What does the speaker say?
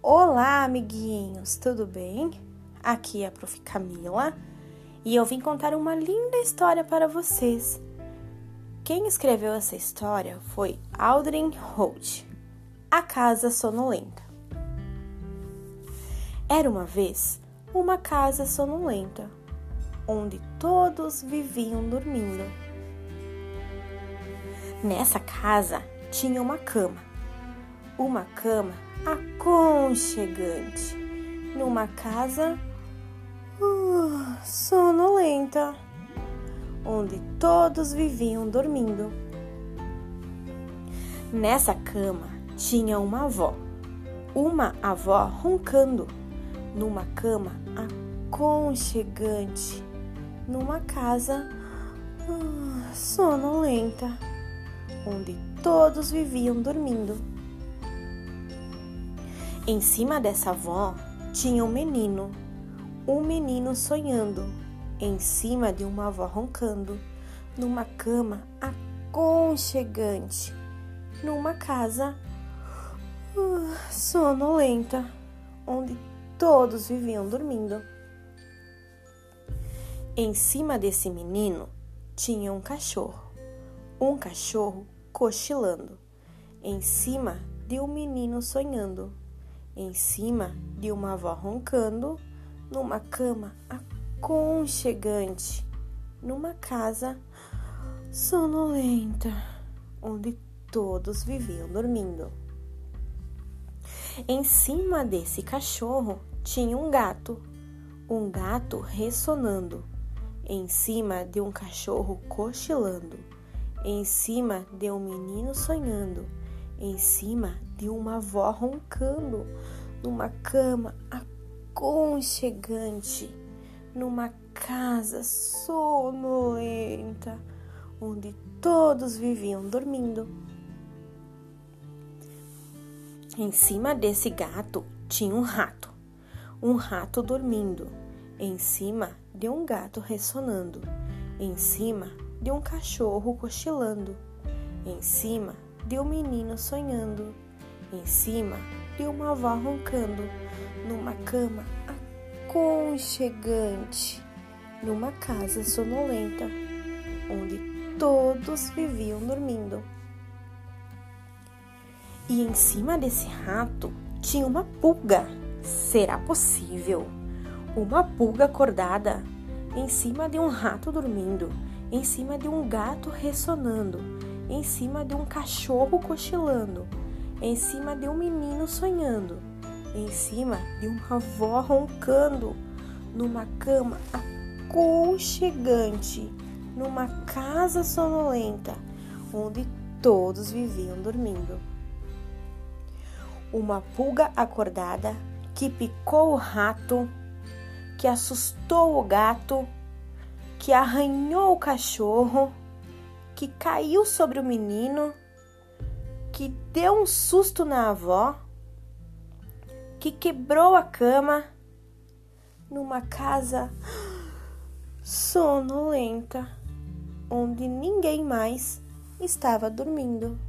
Olá, amiguinhos, tudo bem? Aqui é a Prof. Camila e eu vim contar uma linda história para vocês. Quem escreveu essa história foi Aldrin Holt, A Casa Sonolenta. Era uma vez uma casa sonolenta, onde todos viviam dormindo. Nessa casa tinha uma cama aconchegante, numa casa sonolenta, onde todos viviam dormindo. Nessa cama tinha uma avó roncando, numa cama aconchegante, numa casa sonolenta, onde todos viviam dormindo. Em cima dessa avó tinha um menino sonhando, em cima de uma avó roncando, numa cama aconchegante, numa casa sonolenta, onde todos viviam dormindo. Em cima desse menino tinha um cachorro cochilando, em cima de um menino sonhando, em cima de uma avó roncando, numa cama aconchegante, numa casa sonolenta, onde todos viviam dormindo. Em cima desse cachorro tinha um gato ressonando, em cima de um cachorro cochilando, em cima de um menino sonhando, em cima de uma avó roncando, numa cama aconchegante, numa casa sonolenta, onde todos viviam dormindo. Em cima desse gato tinha um rato dormindo, em cima de um gato ressonando, em cima de um cachorro cochilando, em cima de um menino sonhando, em cima de uma avó roncando, numa cama aconchegante, numa casa sonolenta, onde todos viviam dormindo. E em cima desse rato tinha uma pulga. Será possível? Uma pulga acordada, em cima de um rato dormindo, em cima de um gato ressonando, em cima de um cachorro cochilando, em cima de um menino sonhando, em cima de uma avó roncando, numa cama aconchegante, numa casa sonolenta, onde todos viviam dormindo. Uma pulga acordada que picou o rato, que assustou o gato, que arranhou o cachorro, que caiu sobre o menino, que deu um susto na avó, que quebrou a cama, numa casa sonolenta, onde ninguém mais estava dormindo.